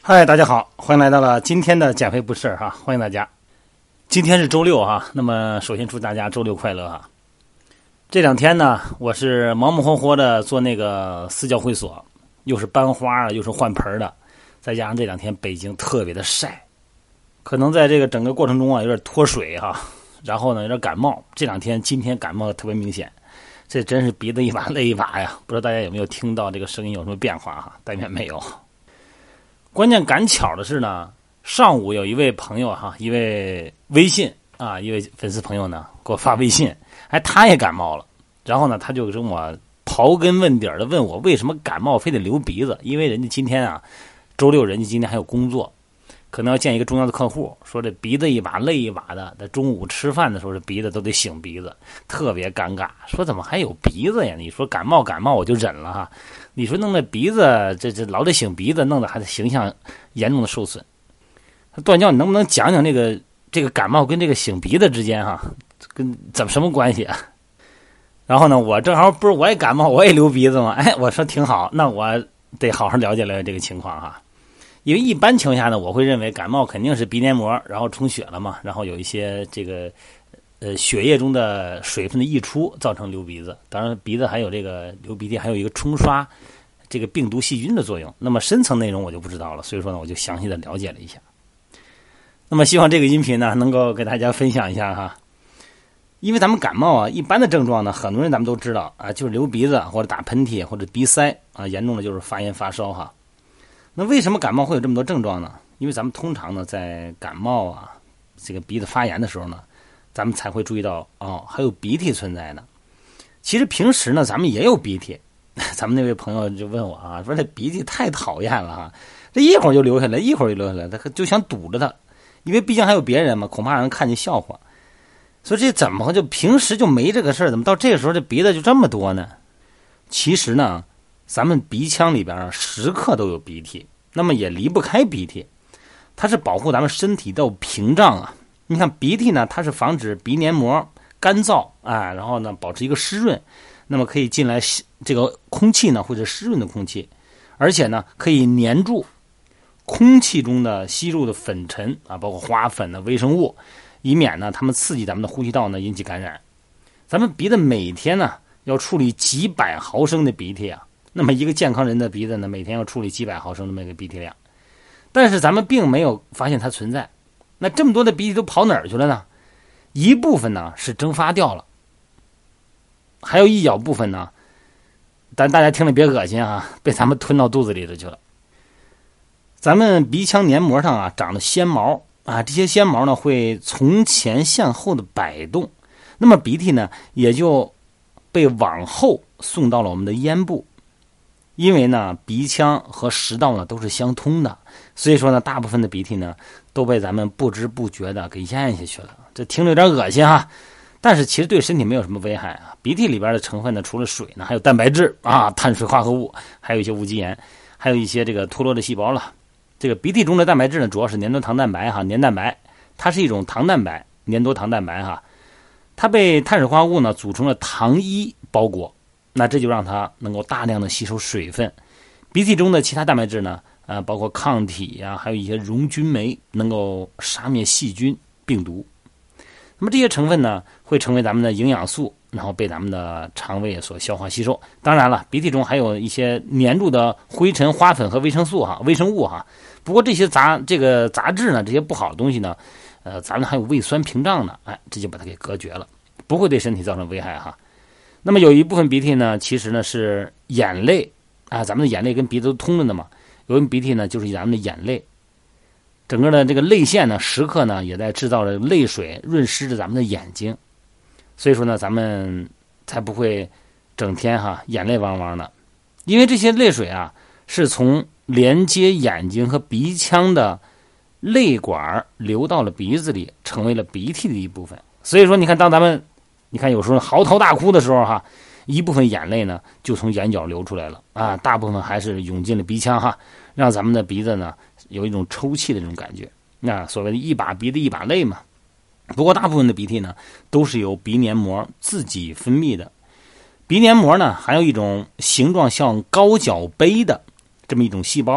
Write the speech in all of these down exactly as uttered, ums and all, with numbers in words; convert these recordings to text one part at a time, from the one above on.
嗨，大家好，欢迎来到了今天的减肥不是哈，欢迎大家。今天是周六哈，那么首先祝大家周六快乐哈。这两天呢，我是忙忙活活的做那个私教会所，又是搬花的，又是换盆的，再加上这两天北京特别的晒，可能在这个整个过程中啊有点脱水哈，然后呢有点感冒，这两天今天感冒特别明显，这真是鼻子一把泪一把呀，不知道大家有没有听到这个声音有什么变化哈？但愿没有。关键赶巧的是呢，上午有一位朋友哈，一位微信啊，一位粉丝朋友呢给我发微信，哎，他也感冒了，然后呢他就跟我刨根问底的问我为什么感冒非得流鼻子，因为人家今天啊周六人家今天还有工作，可能要见一个重要的客户，说这鼻子一把泪一把的，在中午吃饭的时候这鼻子都得擤鼻子，特别尴尬，说怎么还有鼻子呀？你说感冒感冒我就忍了哈，你说弄那鼻子这这老得擤鼻子，弄得还是形象严重的受损。段教你能不能讲讲这个这个感冒跟这个擤鼻子之间哈，跟怎么什么关系啊？然后呢，我正好不是我也感冒我也流鼻子吗？哎，我说挺好，那我得好好了解了解这个情况哈。因为一般情况下呢，我会认为感冒肯定是鼻黏膜然后充血了嘛，然后有一些这个呃血液中的水分的溢出造成流鼻子。当然鼻子还有这个流鼻涕还有一个冲刷这个病毒细菌的作用，那么深层内容我就不知道了，所以说呢我就详细的了解了一下。那么希望这个音频呢能够给大家分享一下哈。因为咱们感冒啊一般的症状呢很多人咱们都知道啊，就是流鼻子或者打喷嚏或者鼻塞啊，严重的就是发炎发烧哈。那为什么感冒会有这么多症状呢？因为咱们通常呢在感冒啊这个鼻子发炎的时候呢，咱们才会注意到哦还有鼻涕存在呢。其实平时呢咱们也有鼻涕，咱们那位朋友就问我啊，说这鼻涕太讨厌了哈，这一会儿就流下来一会儿就流下来，他就想堵着它，因为毕竟还有别人嘛，恐怕让人看见笑话。所以这怎么就平时就没这个事儿，怎么到这个时候这鼻子就这么多呢？其实呢咱们鼻腔里边啊时刻都有鼻涕，那么也离不开鼻涕，它是保护咱们身体的屏障啊。你看鼻涕呢，它是防止鼻黏膜干燥啊，然后呢保持一个湿润，那么可以进来这个空气呢或者湿润的空气，而且呢可以粘住空气中的吸入的粉尘啊，包括花粉的微生物，以免呢它们刺激咱们的呼吸道呢引起感染。咱们鼻子每天呢要处理几百毫升的鼻涕啊，那么一个健康人的鼻子呢每天要处理几百毫升的那个鼻涕量，但是咱们并没有发现它存在。那这么多的鼻涕都跑哪儿去了呢？一部分呢是蒸发掉了，还有一小部分呢，但大家听了别恶心啊，被咱们吞到肚子里头去了。咱们鼻腔黏膜上啊长了纤毛啊，这些纤毛呢会从前向后的摆动，那么鼻涕呢也就被往后送到了我们的咽部。因为呢鼻腔和食道呢都是相通的，所以说呢大部分的鼻涕呢都被咱们不知不觉的给咽下去了。这听着有点恶心哈，但是其实对身体没有什么危害啊。鼻涕里边的成分呢除了水呢还有蛋白质啊、碳水化合物，还有一些无机盐，还有一些这个脱落的细胞了。这个鼻涕中的蛋白质呢主要是粘多糖蛋白哈，粘蛋白，它是一种糖蛋白，粘多糖蛋白哈，它被碳水化合物呢组成了糖衣包裹，那这就让它能够大量的吸收水分。鼻涕中的其他蛋白质呢，呃，包括抗体呀、啊，还有一些溶菌酶，能够杀灭细菌、病毒。那么这些成分呢，会成为咱们的营养素，然后被咱们的肠胃所消化吸收。当然了，鼻涕中还有一些粘住的灰尘、花粉和微生素哈、微生物哈。不过这些杂这个杂质呢，这些不好的东西呢，呃，咱们还有胃酸屏障呢，哎，这就把它给隔绝了，不会对身体造成危害哈。那么有一部分鼻涕呢，其实呢是眼泪啊，咱们的眼泪跟鼻子都通着的嘛，有一部分鼻涕呢就是咱们的眼泪，整个的这个泪腺呢，时刻呢也在制造着泪水，润湿着咱们的眼睛，所以说呢，咱们才不会整天哈眼泪汪汪的，因为这些泪水啊是从连接眼睛和鼻腔的泪管流到了鼻子里，成为了鼻涕的一部分。所以说，你看，当咱们你看有时候嚎啕大哭的时候哈，一部分眼泪呢就从眼角流出来了啊，大部分还是涌进了鼻腔哈，让咱们的鼻子呢有一种抽泣的这种感觉。那所谓的一把鼻子一把泪嘛。不过大部分的鼻涕呢都是由鼻黏膜自己分泌的。鼻黏膜呢还有一种形状像高脚杯的这么一种细胞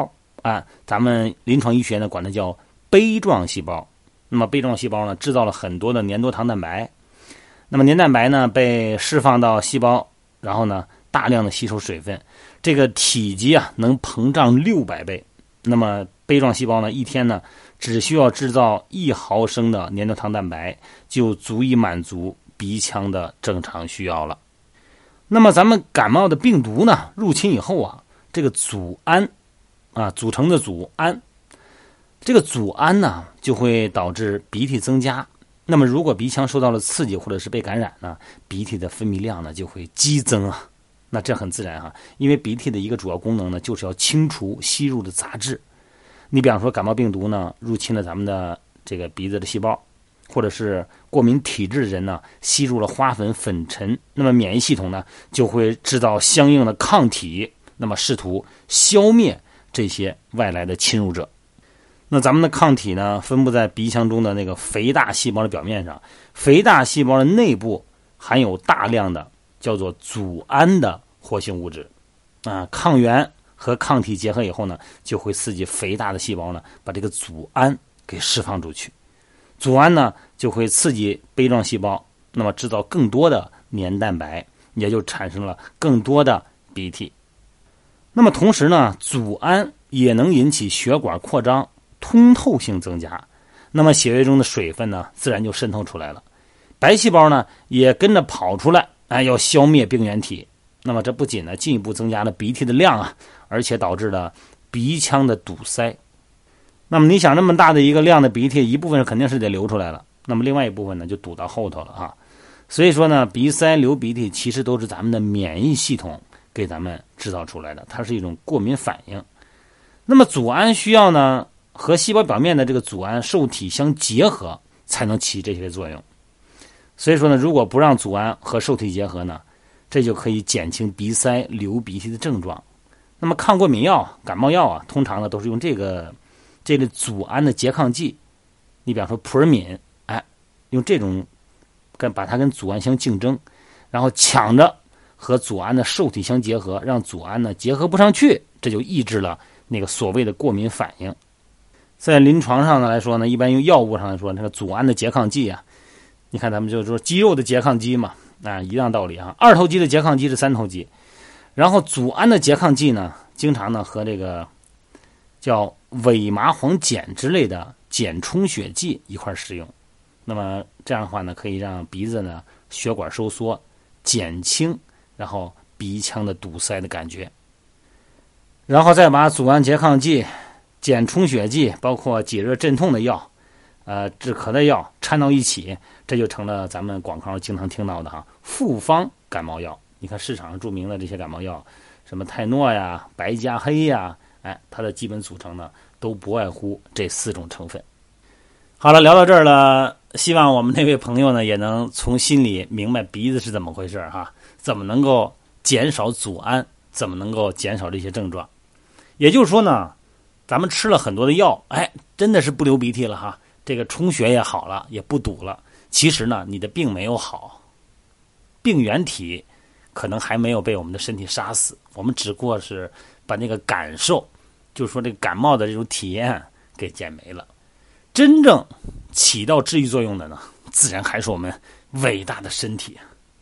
啊，咱们临床医学呢管它叫杯状细胞。那么杯状细胞呢制造了很多的粘多糖蛋白，那么粘蛋白呢被释放到细胞，然后呢大量的吸收水分，这个体积啊能膨胀六百倍。那么杯状细胞呢一天呢只需要制造一毫升的粘多糖蛋白，就足以满足鼻腔的正常需要了。那么咱们感冒的病毒呢入侵以后啊，这个组胺啊组成的组胺，这个组胺呢就会导致鼻涕增加。那么如果鼻腔受到了刺激或者是被感染呢，鼻涕的分泌量呢就会激增啊。那这很自然哈、啊，因为鼻涕的一个主要功能呢就是要清除吸入的杂质。你比方说感冒病毒呢入侵了咱们的这个鼻子的细胞，或者是过敏体质的人呢吸入了花粉粉尘，那么免疫系统呢就会制造相应的抗体，那么试图消灭这些外来的侵入者。那咱们的抗体呢分布在鼻腔中的那个肥大细胞的表面上，肥大细胞的内部含有大量的叫做组胺的活性物质啊，抗原和抗体结合以后呢，就会刺激肥大的细胞呢把这个组胺给释放出去。组胺呢就会刺激杯状细胞，那么制造更多的粘蛋白，也就产生了更多的鼻涕。那么同时呢，组胺也能引起血管扩张，通透性增加，那么血液中的水分呢自然就渗透出来了。白细胞呢也跟着跑出来，哎，要消灭病原体。那么这不仅呢进一步增加了鼻涕的量啊，而且导致了鼻腔的堵塞。那么你想，那么大的一个量的鼻涕，一部分肯定是得流出来了，那么另外一部分呢就堵到后头了哈。所以说呢，鼻塞流鼻涕其实都是咱们的免疫系统给咱们制造出来的，它是一种过敏反应。那么组胺需要呢和细胞表面的这个组胺受体相结合，才能起这些作用。所以说呢，如果不让组胺和受体结合呢，这就可以减轻鼻塞流鼻涕的症状。那么抗过敏药、感冒药啊，通常呢都是用这个这类组胺的拮抗剂。你比方说普尔敏，哎，用这种跟把它跟组胺相竞争，然后抢着和组胺的受体相结合，让组胺呢结合不上去，这就抑制了那个所谓的过敏反应。在临床上呢来说呢，一般用药物上来说，那个组胺的拮抗剂啊，你看咱们就是说肌肉的拮抗剂嘛，啊，一样道理啊。二头肌的拮抗剂是三头肌，然后组胺的拮抗剂呢，经常呢和这个叫伪麻黄碱之类的碱充血剂一块使用。那么这样的话呢，可以让鼻子呢血管收缩，减轻然后鼻腔的堵塞的感觉。然后再把组胺拮抗剂、碱充血剂，包括解热镇痛的药、呃止咳的药掺到一起，这就成了咱们广告经常听到的哈复方感冒药。你看市场上著名的这些感冒药，什么泰诺呀、白加黑呀，哎，它的基本组成呢都不外乎这四种成分。好了，聊到这儿了，希望我们那位朋友呢也能从心里明白鼻子是怎么回事哈，怎么能够减少组胺，怎么能够减少这些症状。也就是说呢，咱们吃了很多的药，哎，真的是不流鼻涕了哈，这个充血也好了，也不堵了。其实呢，你的病没有好，病原体可能还没有被我们的身体杀死，我们只不过是把那个感受，就是说这个感冒的这种体验给减没了。真正起到治愈作用的呢，自然还是我们伟大的身体。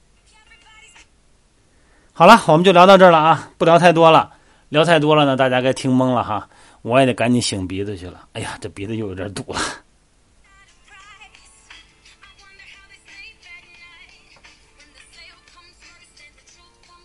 好了，我们就聊到这儿了啊，不聊太多了，聊太多了呢，大家该听懵了哈，我也得赶紧擤鼻子去了。哎呀，这鼻子又有点堵了。